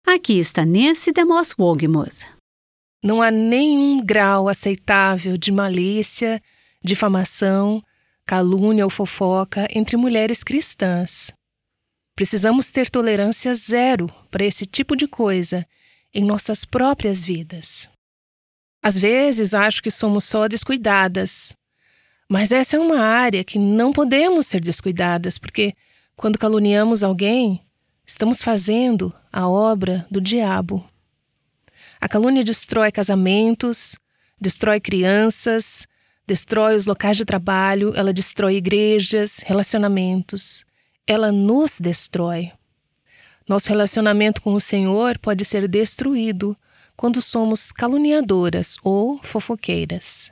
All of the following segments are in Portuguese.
Aqui está Nancy DeMoss Wolgemuth. Não há nenhum grau aceitável de malícia, difamação, calúnia ou fofoca entre mulheres cristãs. Precisamos ter tolerância zero para esse tipo de coisa em nossas próprias vidas. Às vezes acho que somos só descuidadas, mas essa é uma área que não podemos ser descuidadas, porque quando caluniamos alguém, estamos fazendo a obra do diabo. A calúnia destrói casamentos, destrói crianças, destrói os locais de trabalho, ela destrói igrejas, relacionamentos. Ela nos destrói. Nosso relacionamento com o Senhor pode ser destruído quando somos caluniadoras ou fofoqueiras.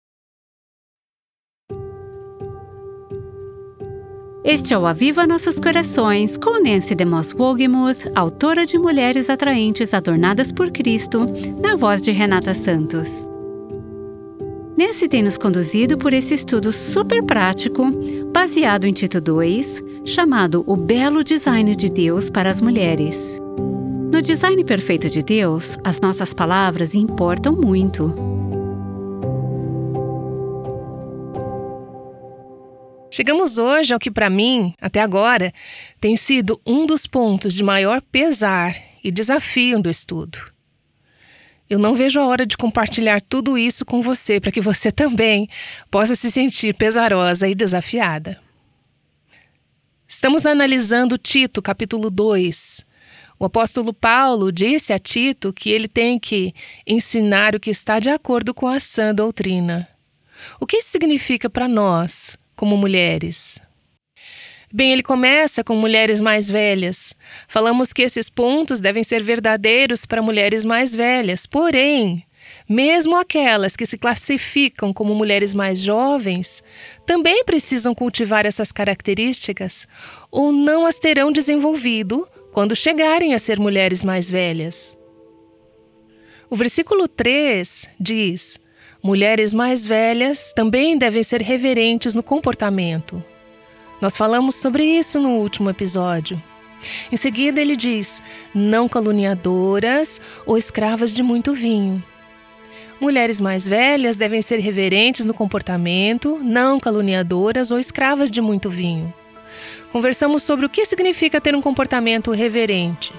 Este é o Aviva Nossos Corações, com Nancy DeMoss Wolgemuth, autora de Mulheres Atraentes Adornadas por Cristo, na voz de Renata Santos. Nancy tem nos conduzido por esse estudo super prático, baseado em Tito 2, chamado O Belo Design de Deus para as Mulheres. No design perfeito de Deus, as nossas palavras importam muito. Chegamos hoje ao que, para mim, até agora, tem sido um dos pontos de maior pesar e desafio do estudo. Eu não vejo a hora de compartilhar tudo isso com você, para que você também possa se sentir pesarosa e desafiada. Estamos analisando Tito, capítulo 2. O apóstolo Paulo disse a Tito que ele tem que ensinar o que está de acordo com a sã doutrina. O que isso significa para nós, como mulheres? Bem, ele começa com mulheres mais velhas. Falamos que esses pontos devem ser verdadeiros para mulheres mais velhas. Porém, mesmo aquelas que se classificam como mulheres mais jovens, também precisam cultivar essas características ou não as terão desenvolvido quando chegarem a ser mulheres mais velhas. O versículo 3 diz: mulheres mais velhas também devem ser reverentes no comportamento. Nós falamos sobre isso no último episódio. Em seguida ele diz: não caluniadoras ou escravas de muito vinho. Mulheres mais velhas devem ser reverentes no comportamento, não caluniadoras ou escravas de muito vinho. Conversamos sobre o que significa ter um comportamento reverente.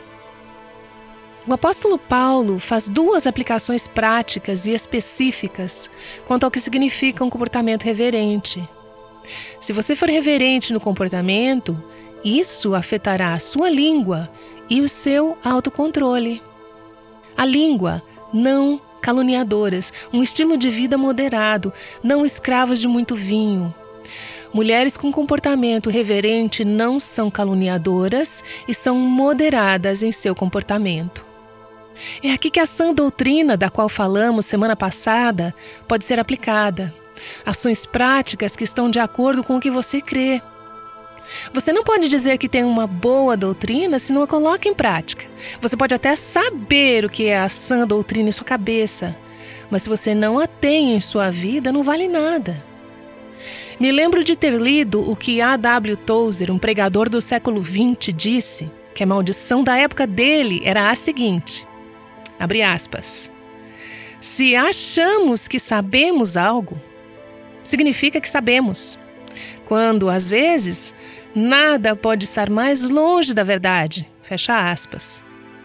O apóstolo Paulo faz duas aplicações práticas e específicas quanto ao que significa um comportamento reverente. Se você for reverente no comportamento, isso afetará a sua língua e o seu autocontrole. A língua, não caluniadoras, um estilo de vida moderado, não escravas de muito vinho. Mulheres com comportamento reverente não são caluniadoras e são moderadas em seu comportamento. É aqui que a sã doutrina, da qual falamos semana passada, pode ser aplicada. Ações práticas que estão de acordo com o que você crê. Você não pode dizer que tem uma boa doutrina se não a coloca em prática. Você pode até saber o que é a sã doutrina em sua cabeça, mas se você não a tem em sua vida, não vale nada. Me lembro de ter lido o que A.W. Tozer, um pregador do século XX, disse, que a maldição da época dele era a seguinte, abre aspas, se achamos que sabemos algo, significa que sabemos, quando, às vezes, nada pode estar mais longe da verdade, fecha aspas.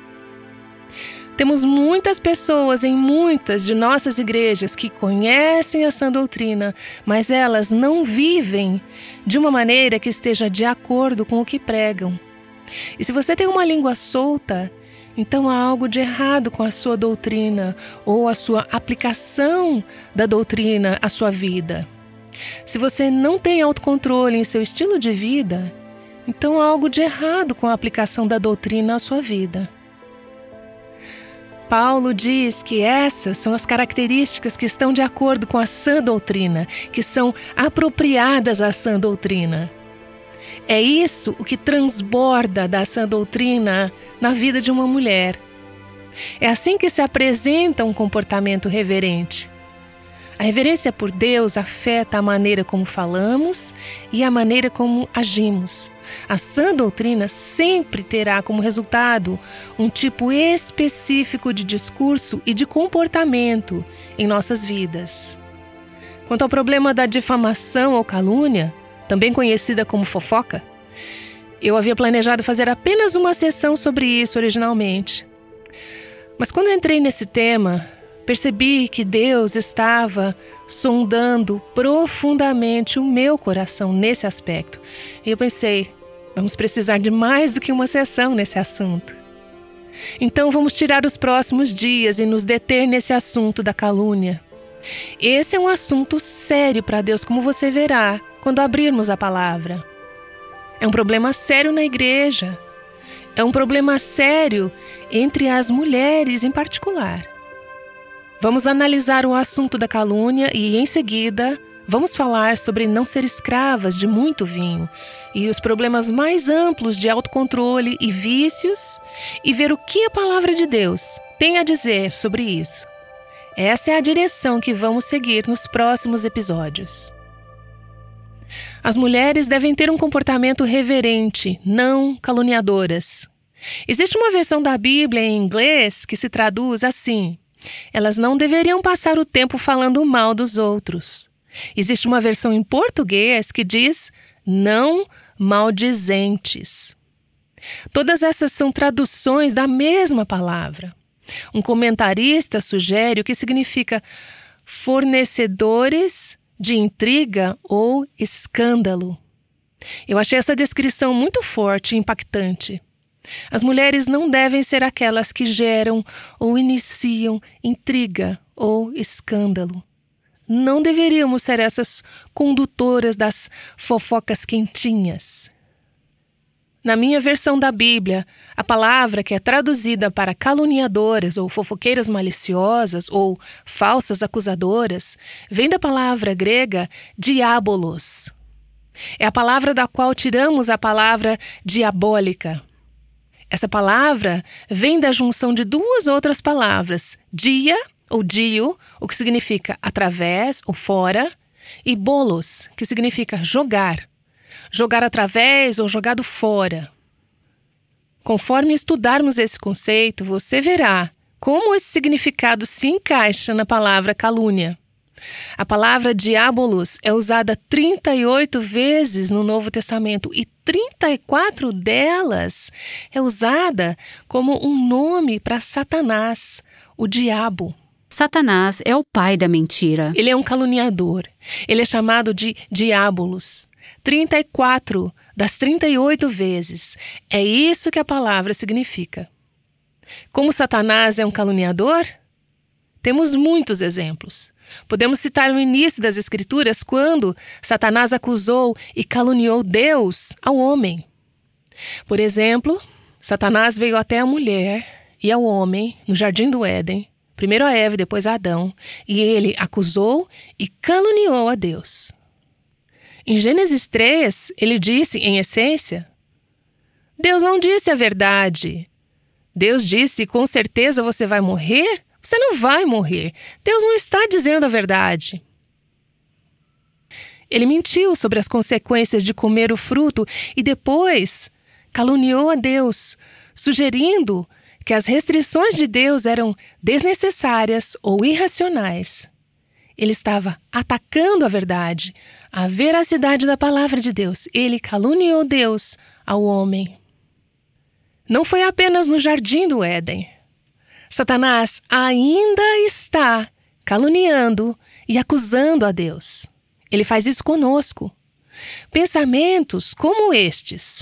Temos muitas pessoas em muitas de nossas igrejas que conhecem a sã doutrina, mas elas não vivem de uma maneira que esteja de acordo com o que pregam. E se você tem uma língua solta, então há algo de errado com a sua doutrina ou a sua aplicação da doutrina à sua vida. Se você não tem autocontrole em seu estilo de vida, então há algo de errado com a aplicação da doutrina à sua vida. Paulo diz que essas são as características que estão de acordo com a sã doutrina, que são apropriadas à sã doutrina. É isso o que transborda da sã doutrina na vida de uma mulher. É assim que se apresenta um comportamento reverente. A reverência por Deus afeta a maneira como falamos e a maneira como agimos. A sã doutrina sempre terá como resultado um tipo específico de discurso e de comportamento em nossas vidas. Quanto ao problema da difamação ou calúnia, também conhecida como fofoca, eu havia planejado fazer apenas uma sessão sobre isso originalmente. Mas quando entrei nesse tema, percebi que Deus estava sondando profundamente o meu coração nesse aspecto. E eu pensei, vamos precisar de mais do que uma sessão nesse assunto. Então vamos tirar os próximos dias e nos deter nesse assunto da calúnia. Esse é um assunto sério para Deus, como você verá quando abrirmos a palavra. É um problema sério na igreja. É um problema sério entre as mulheres em particular. Vamos analisar o assunto da calúnia e, em seguida, vamos falar sobre não ser escravas de muito vinho e os problemas mais amplos de autocontrole e vícios e ver o que a palavra de Deus tem a dizer sobre isso. Essa é a direção que vamos seguir nos próximos episódios. As mulheres devem ter um comportamento reverente, não caluniadoras. Existe uma versão da Bíblia em inglês que se traduz assim: elas não deveriam passar o tempo falando mal dos outros. Existe uma versão em português que diz não maldizentes. Todas essas são traduções da mesma palavra. Um comentarista sugere o que significa fornecedores de intriga ou escândalo. Eu achei essa descrição muito forte e impactante. As mulheres não devem ser aquelas que geram ou iniciam intriga ou escândalo. Não deveríamos ser essas condutoras das fofocas quentinhas. Na minha versão da Bíblia, a palavra que é traduzida para caluniadoras ou fofoqueiras maliciosas ou falsas acusadoras vem da palavra grega diabolos. É a palavra da qual tiramos a palavra diabólica. Essa palavra vem da junção de duas outras palavras, dia ou dio, o que significa através ou fora, e bolos, que significa jogar. Jogar através ou jogado fora. Conforme estudarmos esse conceito, você verá como esse significado se encaixa na palavra calúnia. A palavra diabolos é usada 38 vezes no Novo Testamento e 34 delas é usada como um nome para Satanás, o diabo. Satanás é o pai da mentira. Ele é um caluniador. Ele é chamado de diabolos. 34 das 38 vezes. É isso que a palavra significa. Como Satanás é um caluniador? Temos muitos exemplos. Podemos citar o início das Escrituras quando Satanás acusou e caluniou Deus ao homem. Por exemplo, Satanás veio até a mulher e ao homem no jardim do Éden, primeiro a Eva e depois a Adão, e ele acusou e caluniou a Deus. Em Gênesis 3, ele disse, em essência, Deus não disse a verdade. Deus disse, com certeza você vai morrer? Você não vai morrer. Deus não está dizendo a verdade. Ele mentiu sobre as consequências de comer o fruto e depois caluniou a Deus, sugerindo que as restrições de Deus eram desnecessárias ou irracionais. Ele estava atacando a verdade, a veracidade da palavra de Deus. Ele caluniou Deus ao homem. Não foi apenas no jardim do Éden. Satanás ainda está caluniando e acusando a Deus. Ele faz isso conosco. Pensamentos como estes.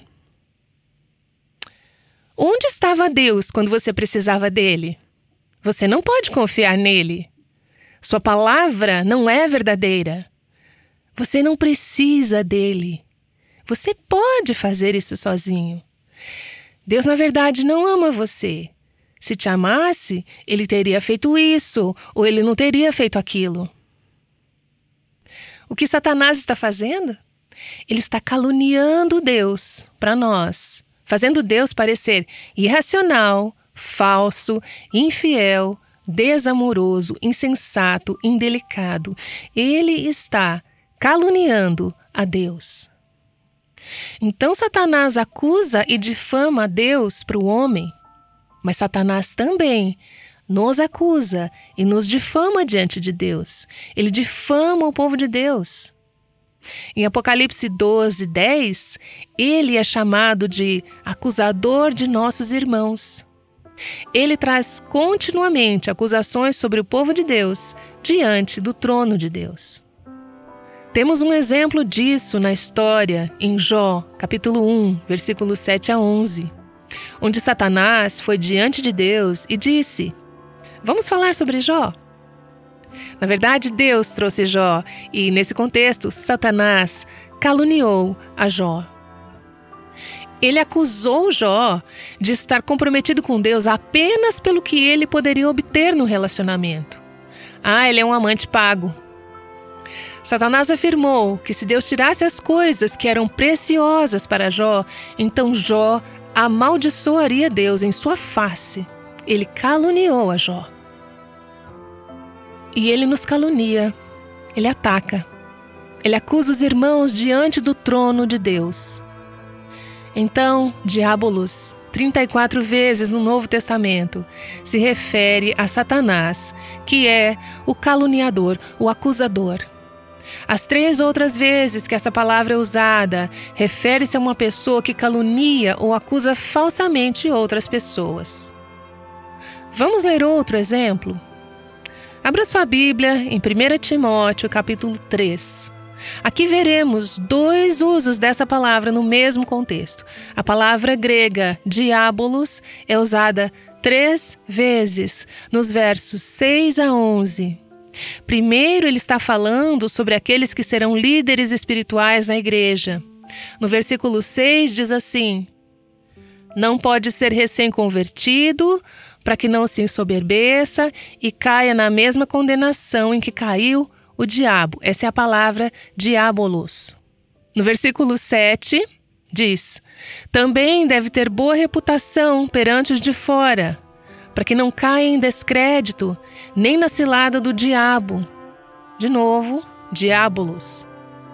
Onde estava Deus quando você precisava dele? Você não pode confiar nele. Sua palavra não é verdadeira. Você não precisa dele. Você pode fazer isso sozinho. Deus, na verdade, não ama você. Se te amasse, ele teria feito isso, ou ele não teria feito aquilo. O que Satanás está fazendo? Ele está caluniando Deus para nós, fazendo Deus parecer irracional, falso, infiel, desamoroso, insensato, indelicado. Ele está caluniando a Deus. Então Satanás acusa e difama a Deus para o homem, mas Satanás também nos acusa e nos difama diante de Deus. Ele difama o povo de Deus. Em Apocalipse 12:10, ele é chamado de acusador de nossos irmãos. Ele traz continuamente acusações sobre o povo de Deus diante do trono de Deus. Temos um exemplo disso na história em Jó, capítulo 1, versículos 7 a 11, onde Satanás foi diante de Deus e disse: vamos falar sobre Jó? Na verdade, Deus trouxe Jó e, nesse contexto, Satanás caluniou a Jó. Ele acusou Jó de estar comprometido com Deus apenas pelo que ele poderia obter no relacionamento. Ele é um amante pago. Satanás afirmou que se Deus tirasse as coisas que eram preciosas para Jó, então Jó amaldiçoaria Deus em sua face. Ele caluniou a Jó. E ele nos calunia, ele ataca, ele acusa os irmãos diante do trono de Deus. Então, Diabolos, 34 vezes no Novo Testamento, se refere a Satanás, que é o caluniador, o acusador. As 3 outras vezes que essa palavra é usada, refere-se a uma pessoa que calunia ou acusa falsamente outras pessoas. Vamos ler outro exemplo? Abra sua Bíblia em 1 Timóteo, capítulo 3. Aqui veremos 2 usos dessa palavra no mesmo contexto. A palavra grega diabolos é usada 3 vezes, nos versos 6 a 11. Primeiro, ele está falando sobre aqueles que serão líderes espirituais na igreja. No versículo 6 diz assim: não pode ser recém-convertido, para que não se ensoberbeça e caia na mesma condenação em que caiu o diabo. Essa é a palavra diabolos. No versículo 7, diz: também deve ter boa reputação perante os de fora, para que não caia em descrédito, nem na cilada do diabo. De novo, diabolos.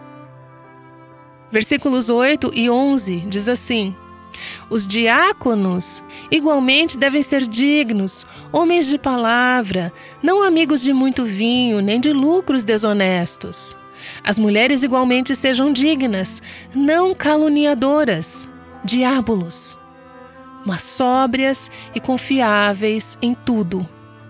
Versículos 8 e 11 diz assim: os diáconos igualmente devem ser dignos, homens de palavra, não amigos de muito vinho, nem de lucros desonestos. As mulheres igualmente sejam dignas, não caluniadoras, diabolos, mas sóbrias e confiáveis em tudo.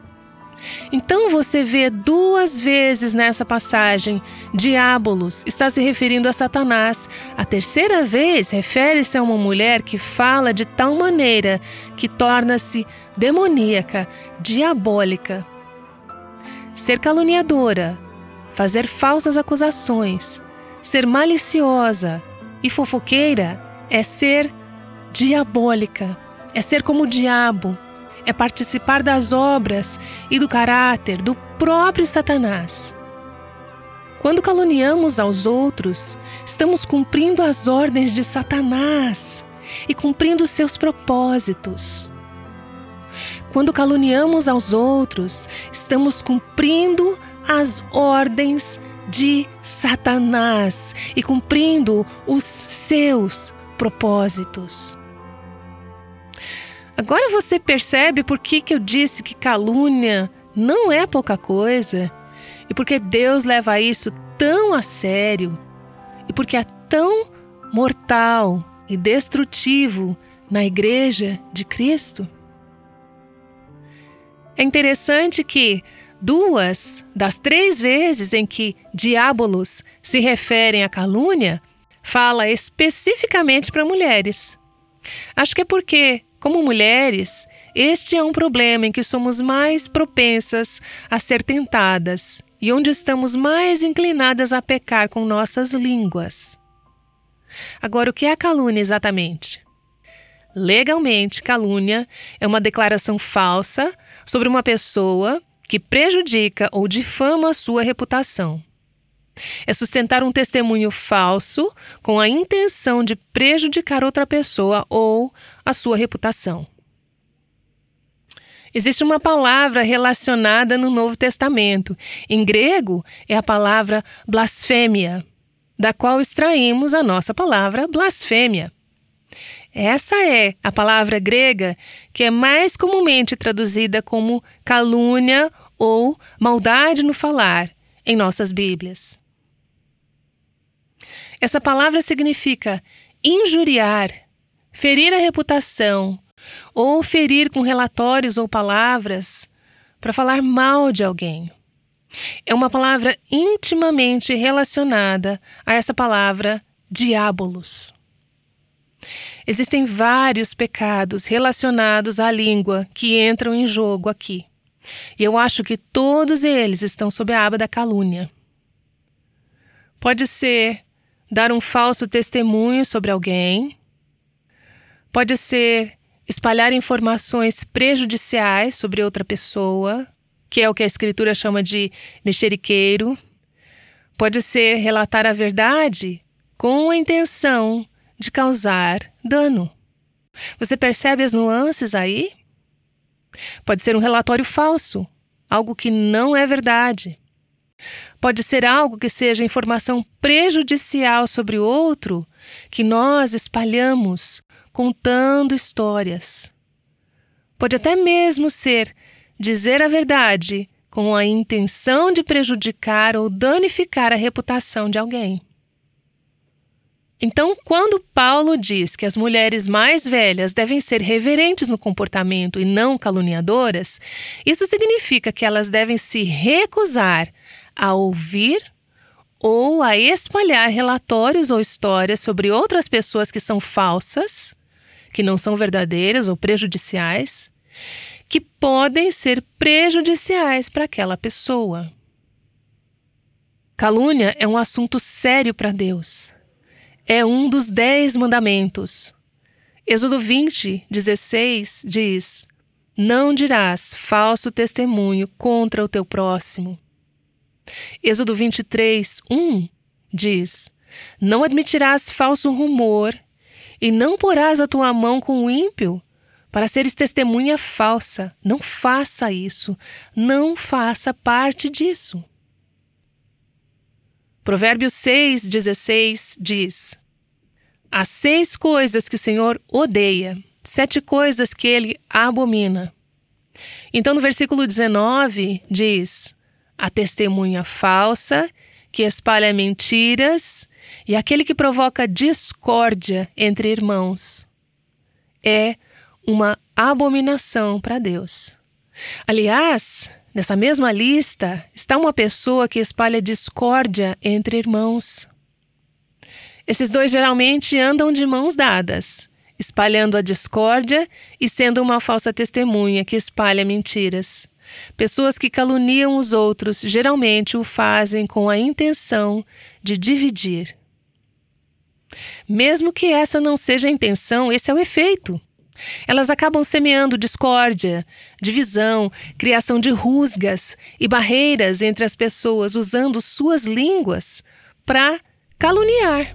Então você vê 2 vezes nessa passagem, diabolos está se referindo a Satanás. A 3ª vez refere-se a uma mulher que fala de tal maneira que torna-se demoníaca, diabólica. Ser caluniadora, fazer falsas acusações, ser maliciosa e fofoqueira é ser diabólica, é ser como o diabo. É participar das obras e do caráter do próprio Satanás. Quando caluniamos aos outros, estamos cumprindo as ordens de Satanás e cumprindo seus propósitos. Quando caluniamos aos outros, estamos cumprindo as ordens de Satanás e cumprindo os seus propósitos. Agora você percebe por que eu disse que calúnia não é pouca coisa? E porque Deus leva isso tão a sério? E porque é tão mortal e destrutivo na Igreja de Cristo? É interessante que 2 das 3 vezes em que diabolos se referem à calúnia, fala especificamente para mulheres. Acho que é porque, como mulheres, este é um problema em que somos mais propensas a ser tentadas e onde estamos mais inclinadas a pecar com nossas línguas. Agora, o que é a calúnia exatamente? Legalmente, calúnia é uma declaração falsa sobre uma pessoa que prejudica ou difama a sua reputação. É sustentar um testemunho falso com a intenção de prejudicar outra pessoa ou a sua reputação. Existe uma palavra relacionada no Novo Testamento. Em grego, é a palavra blasfêmia, da qual extraímos a nossa palavra blasfêmia. Essa é a palavra grega que é mais comumente traduzida como calúnia ou maldade no falar em nossas Bíblias. Essa palavra significa injuriar, ferir a reputação ou ferir com relatórios ou palavras para falar mal de alguém. É uma palavra intimamente relacionada a essa palavra diabolos. Existem vários pecados relacionados à língua que entram em jogo aqui. E eu acho que todos eles estão sob a aba da calúnia. Pode ser dar um falso testemunho sobre alguém. Pode ser espalhar informações prejudiciais sobre outra pessoa, que é o que a Escritura chama de mexeriqueiro. Pode ser relatar a verdade com a intenção de causar dano. Você percebe as nuances aí? Pode ser um relatório falso, algo que não é verdade. Pode ser algo que seja informação prejudicial sobre o outro, que nós espalhamos contando histórias. Pode até mesmo ser dizer a verdade com a intenção de prejudicar ou danificar a reputação de alguém. Então, quando Paulo diz que as mulheres mais velhas devem ser reverentes no comportamento e não caluniadoras, isso significa que elas devem se recusar a ouvir ou a espalhar relatórios ou histórias sobre outras pessoas que são falsas, que não são verdadeiras ou prejudiciais, que podem ser prejudiciais para aquela pessoa. Calúnia é um assunto sério para Deus. É um dos 10 mandamentos. Êxodo 20, 16 diz: não dirás falso testemunho contra o teu próximo. Êxodo 23, 1 diz: não admitirás falso rumor e não porás a tua mão com o ímpio para seres testemunha falsa. Não faça isso. Não faça parte disso. Provérbios 6, 16 diz: há 6 coisas que o Senhor odeia, 7 coisas que Ele abomina. Então, no versículo 19, diz: a testemunha falsa, que espalha mentiras, e aquele que provoca discórdia entre irmãos. É uma abominação para Deus. Aliás, nessa mesma lista está uma pessoa que espalha discórdia entre irmãos. Esses dois geralmente andam de mãos dadas, espalhando a discórdia e sendo uma falsa testemunha que espalha mentiras. Pessoas que caluniam os outros geralmente o fazem com a intenção de dividir. Mesmo que essa não seja a intenção, esse é o efeito. Elas acabam semeando discórdia, divisão, criação de rusgas e barreiras entre as pessoas, usando suas línguas para caluniar.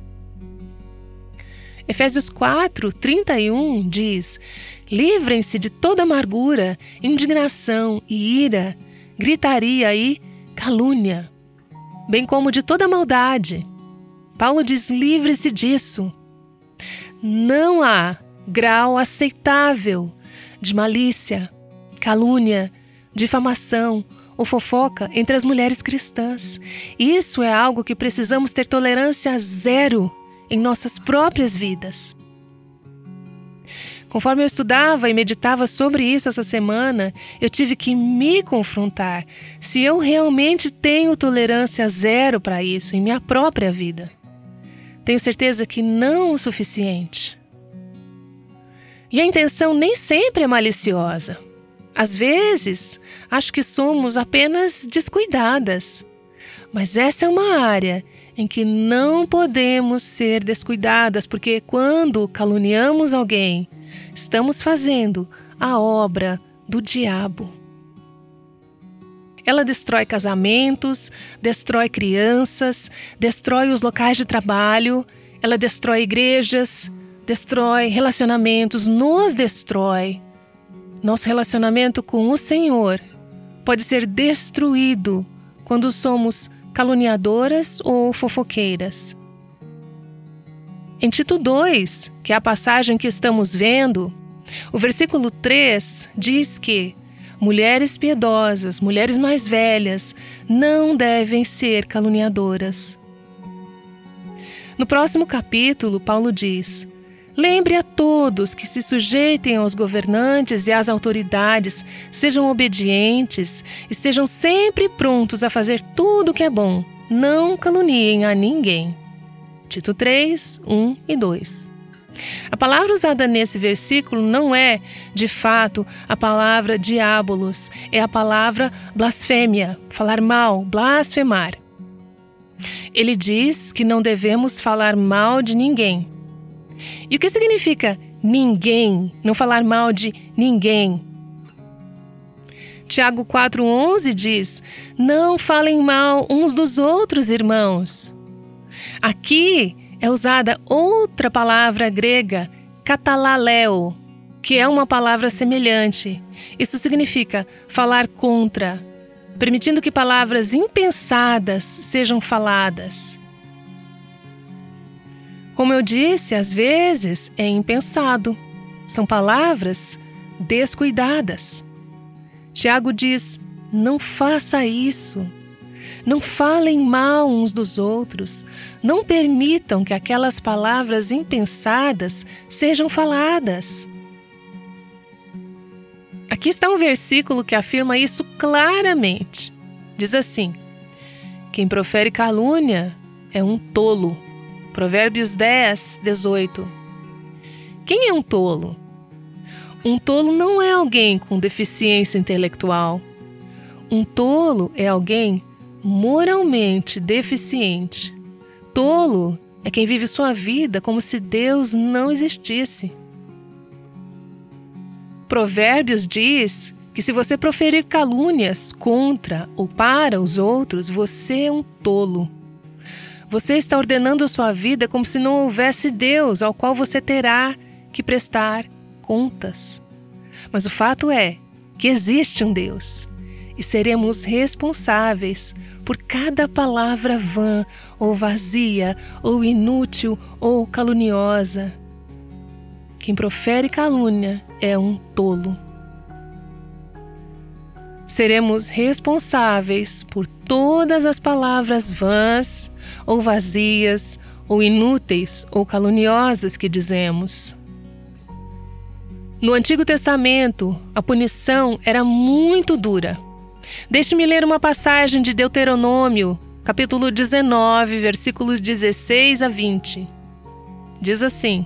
Efésios 4, 31 diz: livrem-se de toda amargura, indignação e ira, gritaria e calúnia, bem como de toda maldade. Paulo diz: livre-se disso. Não há grau aceitável de malícia, calúnia, difamação ou fofoca entre as mulheres cristãs. Isso é algo que precisamos ter tolerância zero em nossas próprias vidas. Conforme eu estudava e meditava sobre isso essa semana, eu tive que me confrontar se eu realmente tenho tolerância zero para isso em minha própria vida. Tenho certeza que não o suficiente. E a intenção nem sempre é maliciosa. Às vezes, acho que somos apenas descuidadas. Mas essa é uma área em que não podemos ser descuidadas, porque quando caluniamos alguém, estamos fazendo a obra do diabo. Ela destrói casamentos, destrói crianças, destrói os locais de trabalho, ela destrói igrejas, destrói relacionamentos, nos destrói. nosso relacionamento com o Senhor pode ser destruído quando somos caluniadoras ou fofoqueiras. Em Tito 2, que é a passagem que estamos vendo, o versículo 3 diz que mulheres piedosas, mulheres mais velhas, não devem ser caluniadoras. No próximo capítulo, Paulo diz: lembre a todos que se sujeitem aos governantes e às autoridades, sejam obedientes, estejam sempre prontos a fazer tudo o que é bom, não caluniem a ninguém. Tito 3, 1 e 2. A palavra usada nesse versículo não é, de fato, a palavra diabolos, é a palavra blasfêmia, falar mal, blasfemar. Ele diz que não devemos falar mal de ninguém. E o que significa ninguém, não falar mal de ninguém? Tiago 4,11 diz: não falem mal uns dos outros, irmãos. Aqui é usada outra palavra grega, katalaleo, que é uma palavra semelhante. Isso significa falar contra, permitindo que palavras impensadas sejam faladas. Como eu disse, às vezes é impensado. São palavras descuidadas. Tiago diz: não faça isso. Não falem mal uns dos outros. Não permitam que aquelas palavras impensadas sejam faladas. Aqui está um versículo que afirma isso claramente. Diz assim: quem profere calúnia é um tolo. Provérbios 10, 18. Quem é um tolo? Um tolo não é alguém com deficiência intelectual. Um tolo é alguém moralmente deficiente. Tolo é quem vive sua vida como se Deus não existisse. Provérbios diz que se você proferir calúnias contra ou para os outros, você é um tolo. Você está ordenando a sua vida como se não houvesse Deus ao qual você terá que prestar contas. Mas o fato é que existe um Deus e seremos responsáveis por cada palavra vã, ou vazia, ou inútil, ou caluniosa. Quem profere calúnia é um tolo. Seremos responsáveis por todas as palavras vãs, ou vazias, ou inúteis, ou caluniosas que dizemos. No Antigo Testamento, a punição era muito dura. Deixe-me ler uma passagem de Deuteronômio, capítulo 19, versículos 16 a 20. Diz assim: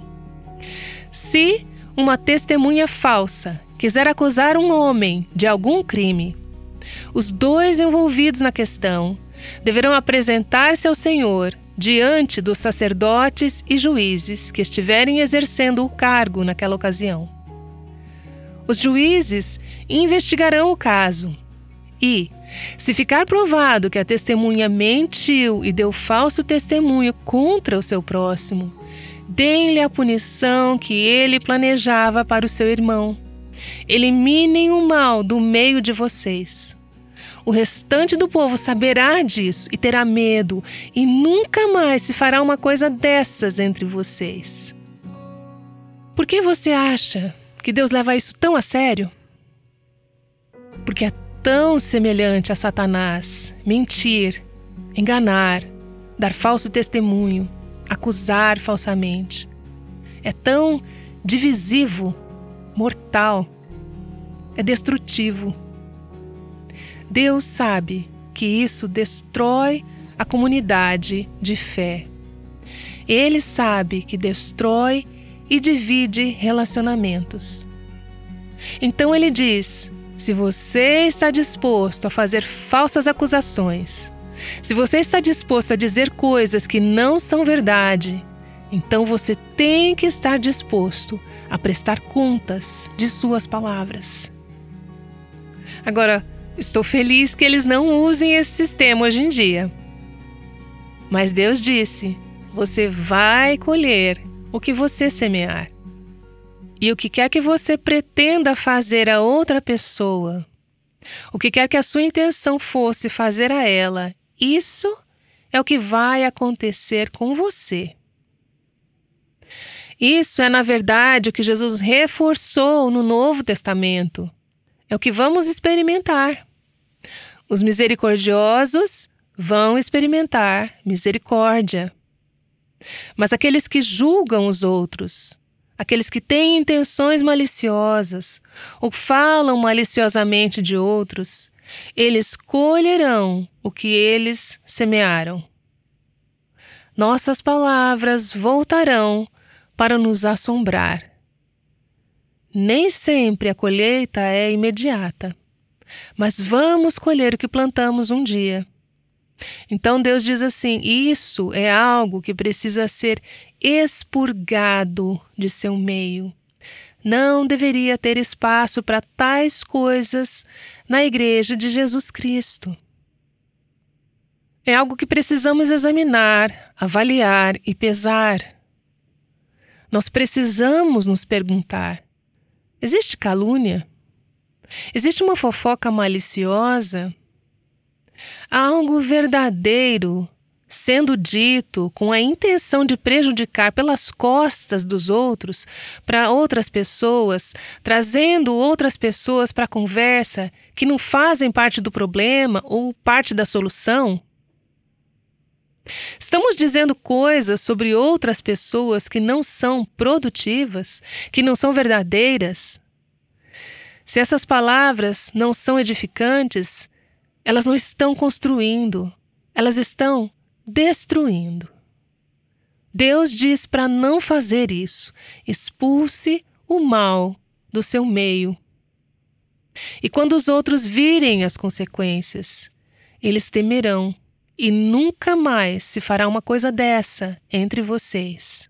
se uma testemunha falsa quiser acusar um homem de algum crime, os dois envolvidos na questão deverão apresentar-se ao Senhor diante dos sacerdotes e juízes que estiverem exercendo o cargo naquela ocasião. Os juízes investigarão o caso e, se ficar provado que a testemunha mentiu e deu falso testemunho contra o seu próximo, deem-lhe a punição que ele planejava para o seu irmão. Eliminem o mal do meio de vocês. O restante do povo saberá disso e terá medo, e nunca mais se fará uma coisa dessas entre vocês. Por que você acha que Deus leva isso tão a sério? Porque é tão semelhante a Satanás mentir, enganar, dar falso testemunho, acusar falsamente. É tão divisivo, mortal, é destrutivo. Deus sabe que isso destrói a comunidade de fé. Ele sabe que destrói e divide relacionamentos. Então ele diz: se você está disposto a fazer falsas acusações, se você está disposto a dizer coisas que não são verdade, então você tem que estar disposto a prestar contas de suas palavras. Agora, estou feliz que eles não usem esse sistema hoje em dia. Mas Deus disse: você vai colher o que você semear. E o que quer que você pretenda fazer a outra pessoa, o que quer que a sua intenção fosse fazer a ela, isso é o que vai acontecer com você. Isso é, na verdade, o que Jesus reforçou no Novo Testamento. É o que vamos experimentar. Os misericordiosos vão experimentar misericórdia. Mas aqueles que julgam os outros, aqueles que têm intenções maliciosas ou falam maliciosamente de outros, eles colherão o que eles semearam. Nossas palavras voltarão para nos assombrar. Nem sempre a colheita é imediata, mas vamos colher o que plantamos um dia. Então Deus diz assim: isso é algo que precisa ser expurgado de seu meio. Não deveria ter espaço para tais coisas na Igreja de Jesus Cristo. É algo que precisamos examinar, avaliar e pesar. Nós precisamos nos perguntar: existe calúnia? Existe uma fofoca maliciosa? Há algo verdadeiro sendo dito com a intenção de prejudicar pelas costas dos outros para outras pessoas, trazendo outras pessoas para a conversa que não fazem parte do problema ou parte da solução? Estamos dizendo coisas sobre outras pessoas que não são produtivas, que não são verdadeiras? Se essas palavras não são edificantes, elas não estão construindo, elas estão destruindo. Deus diz para não fazer isso. Expulse o mal do seu meio. E quando os outros virem as consequências, eles temerão. E nunca mais se fará uma coisa dessa entre vocês.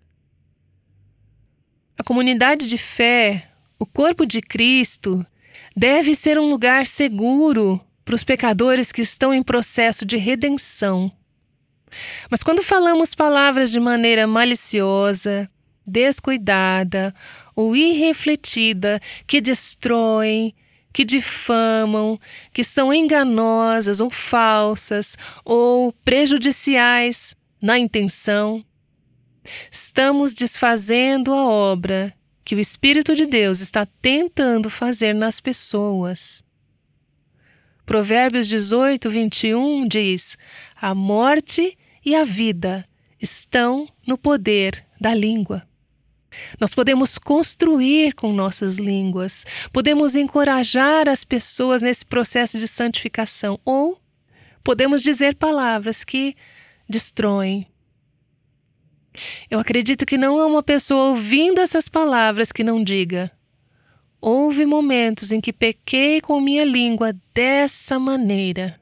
A comunidade de fé, o corpo de Cristo, deve ser um lugar seguro para os pecadores que estão em processo de redenção. Mas quando falamos palavras de maneira maliciosa, descuidada ou irrefletida, que destroem, que difamam, que são enganosas ou falsas ou prejudiciais na intenção, estamos desfazendo a obra que o Espírito de Deus está tentando fazer nas pessoas. Provérbios 18, 21 diz: a morte e a vida estão no poder da língua. Nós podemos construir com nossas línguas, podemos encorajar as pessoas nesse processo de santificação, ou podemos dizer palavras que destroem. Eu acredito que não há uma pessoa ouvindo essas palavras que não diga: houve momentos em que pequei com minha língua dessa maneira.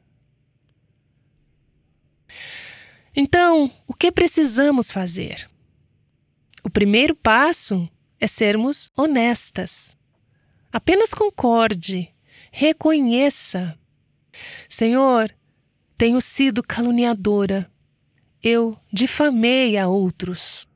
Então, o que precisamos fazer? O primeiro passo é sermos honestas. Apenas concorde, reconheça: Senhor, tenho sido caluniadora. Eu difamei a outros.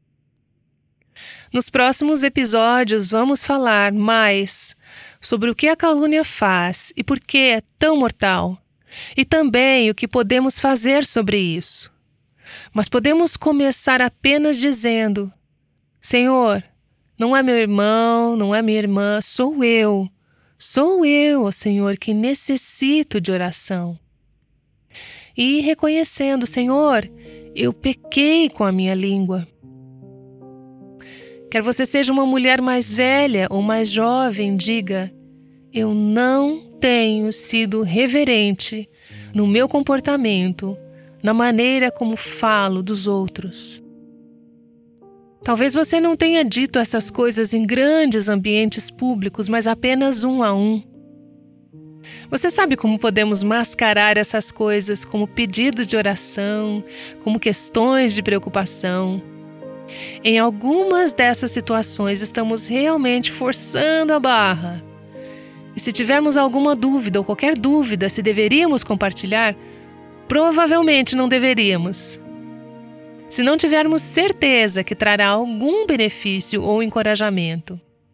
Nos próximos episódios vamos falar mais sobre o que a calúnia faz e por que é tão mortal, e também o que podemos fazer sobre isso. Mas podemos começar apenas dizendo: Senhor, não é meu irmão, não é minha irmã, sou eu. Sou eu, ó Senhor, que necessito de oração. E reconhecendo: Senhor, eu pequei com a minha língua. Quer você seja uma mulher mais velha ou mais jovem, diga: eu não tenho sido reverente no meu comportamento, na maneira como falo dos outros. Talvez você não tenha dito essas coisas em grandes ambientes públicos, mas apenas um a um. Você sabe como podemos mascarar essas coisas como pedidos de oração, como questões de preocupação? Em algumas dessas situações, estamos realmente forçando a barra. E se tivermos alguma dúvida ou qualquer dúvida se deveríamos compartilhar, provavelmente não deveríamos. Se não tivermos certeza que trará algum benefício ou encorajamento.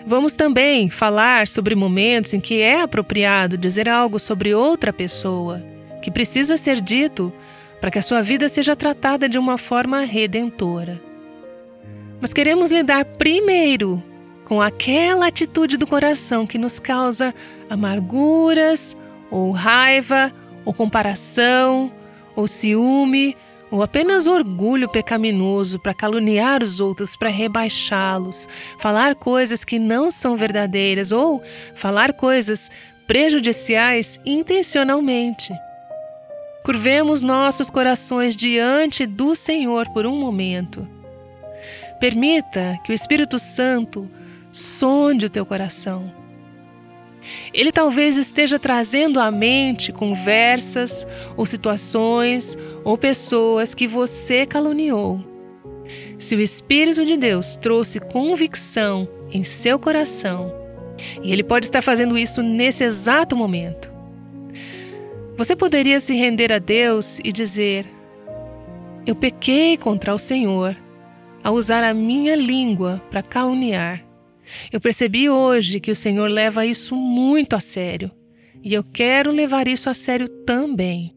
Vamos também falar sobre momentos em que é apropriado dizer algo sobre outra pessoa, que precisa ser dito para que a sua vida seja tratada de uma forma redentora. Mas queremos lidar primeiro com aquela atitude do coração que nos causa amarguras, ou raiva, ou comparação, ou ciúme, ou apenas orgulho pecaminoso para caluniar os outros, para rebaixá-los, falar coisas que não são verdadeiras ou falar coisas prejudiciais intencionalmente. Curvemos nossos corações diante do Senhor por um momento. Permita que o Espírito Santo sonde o teu coração. Ele talvez esteja trazendo à mente conversas ou situações ou pessoas que você caluniou. Se o Espírito de Deus trouxe convicção em seu coração, e Ele pode estar fazendo isso nesse exato momento, você poderia se render a Deus e dizer: eu pequei contra o Senhor ao usar a minha língua para caluniar. Eu percebi hoje que o Senhor leva isso muito a sério, e eu quero levar isso a sério também.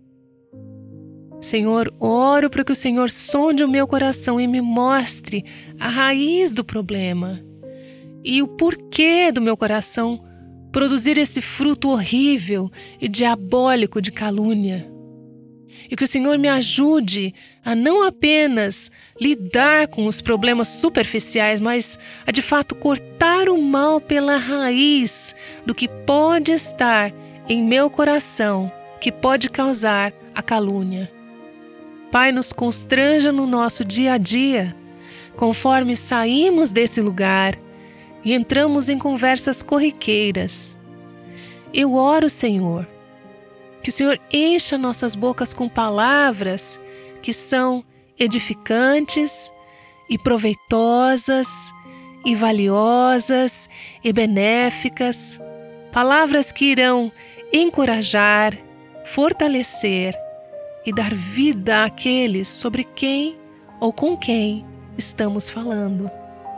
Senhor, oro para que o Senhor sonde o meu coração e me mostre a raiz do problema e o porquê do meu coração produzir esse fruto horrível e diabólico de calúnia. E que o Senhor me ajude a não apenas lidar com os problemas superficiais, mas a de fato cortar o mal pela raiz do que pode estar em meu coração, que pode causar a calúnia. Pai, nos constranja no nosso dia a dia, conforme saímos desse lugar e entramos em conversas corriqueiras. Eu oro, Senhor, que o Senhor encha nossas bocas com palavras que são edificantes e proveitosas e valiosas e benéficas, palavras que irão encorajar, fortalecer e dar vida àqueles sobre quem ou com quem estamos falando.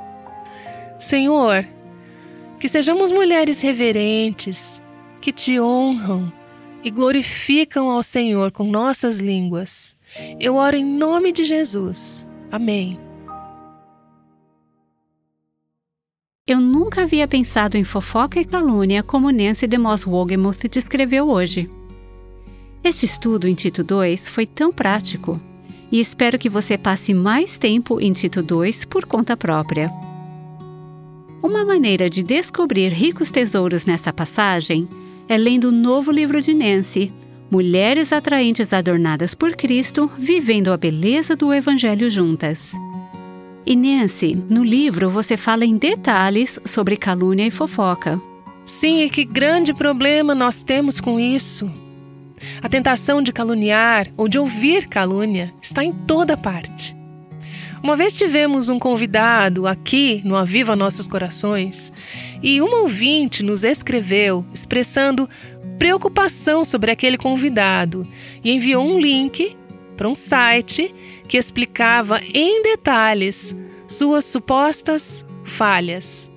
Senhor, que sejamos mulheres reverentes, que te honram e glorificam ao Senhor com nossas línguas. Eu oro em nome de Jesus. Amém. Eu nunca havia pensado em fofoca e calúnia como Nancy DeMoss Wolgemuth descreveu hoje. Este estudo em Tito 2 foi tão prático e espero que você passe mais tempo em Tito 2 por conta própria. Uma maneira de descobrir ricos tesouros nessa passagem é lendo o novo livro de Nancy, Mulheres Atraentes Adornadas por Cristo, Vivendo a Beleza do Evangelho Juntas. E Nancy, no livro você fala em detalhes sobre calúnia e fofoca. Sim, e que grande problema nós temos com isso. A tentação de caluniar ou de ouvir calúnia está em toda parte. Uma vez tivemos um convidado aqui no Aviva Nossos Corações e uma ouvinte nos escreveu expressando preocupação sobre aquele convidado e enviou um link para um site que explicava em detalhes suas supostas falhas.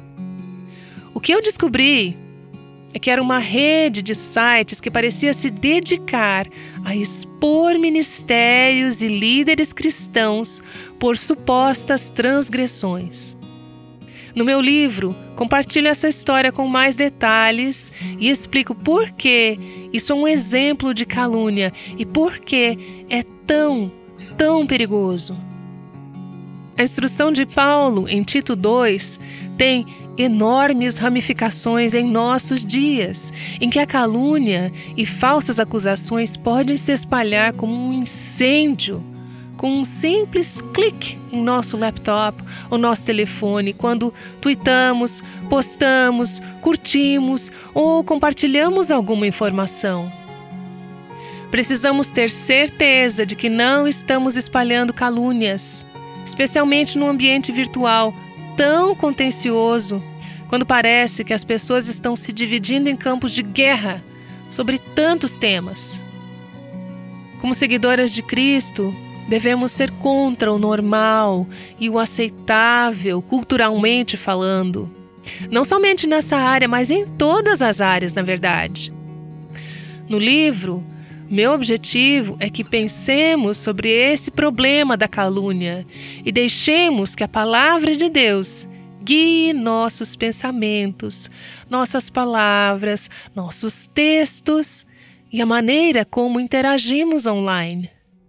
O que eu descobri é que era uma rede de sites que parecia se dedicar a expor ministérios e líderes cristãos por supostas transgressões. No meu livro, compartilho essa história com mais detalhes e explico por que isso é um exemplo de calúnia e por que é tão perigoso. A instrução de Paulo em Tito 2 tem enormes ramificações em nossos dias, em que a calúnia e falsas acusações podem se espalhar como um incêndio, com um simples clique em nosso laptop ou nosso telefone, quando tweetamos, postamos, curtimos ou compartilhamos alguma informação. Precisamos ter certeza de que não estamos espalhando calúnias, especialmente no ambiente virtual tão contencioso, quando parece que as pessoas estão se dividindo em campos de guerra sobre tantos temas. Como seguidoras de Cristo, devemos ser contra o normal e o aceitável, culturalmente falando. Não somente nessa área, mas em todas as áreas, na verdade. No livro, meu objetivo é que pensemos sobre esse problema da calúnia e deixemos que a palavra de Deus guie nossos pensamentos, nossas palavras, nossos textos e a maneira como interagimos online.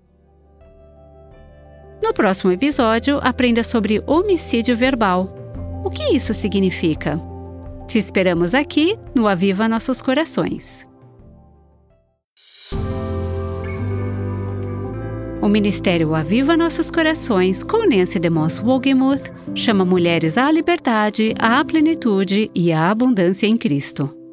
No próximo episódio, aprenda sobre homicídio verbal. O que isso significa? Te esperamos aqui no Aviva Nossos Corações. O Ministério Aviva Nossos Corações, com Nancy DeMoss Wogemuth, chama mulheres à liberdade, à plenitude e à abundância em Cristo.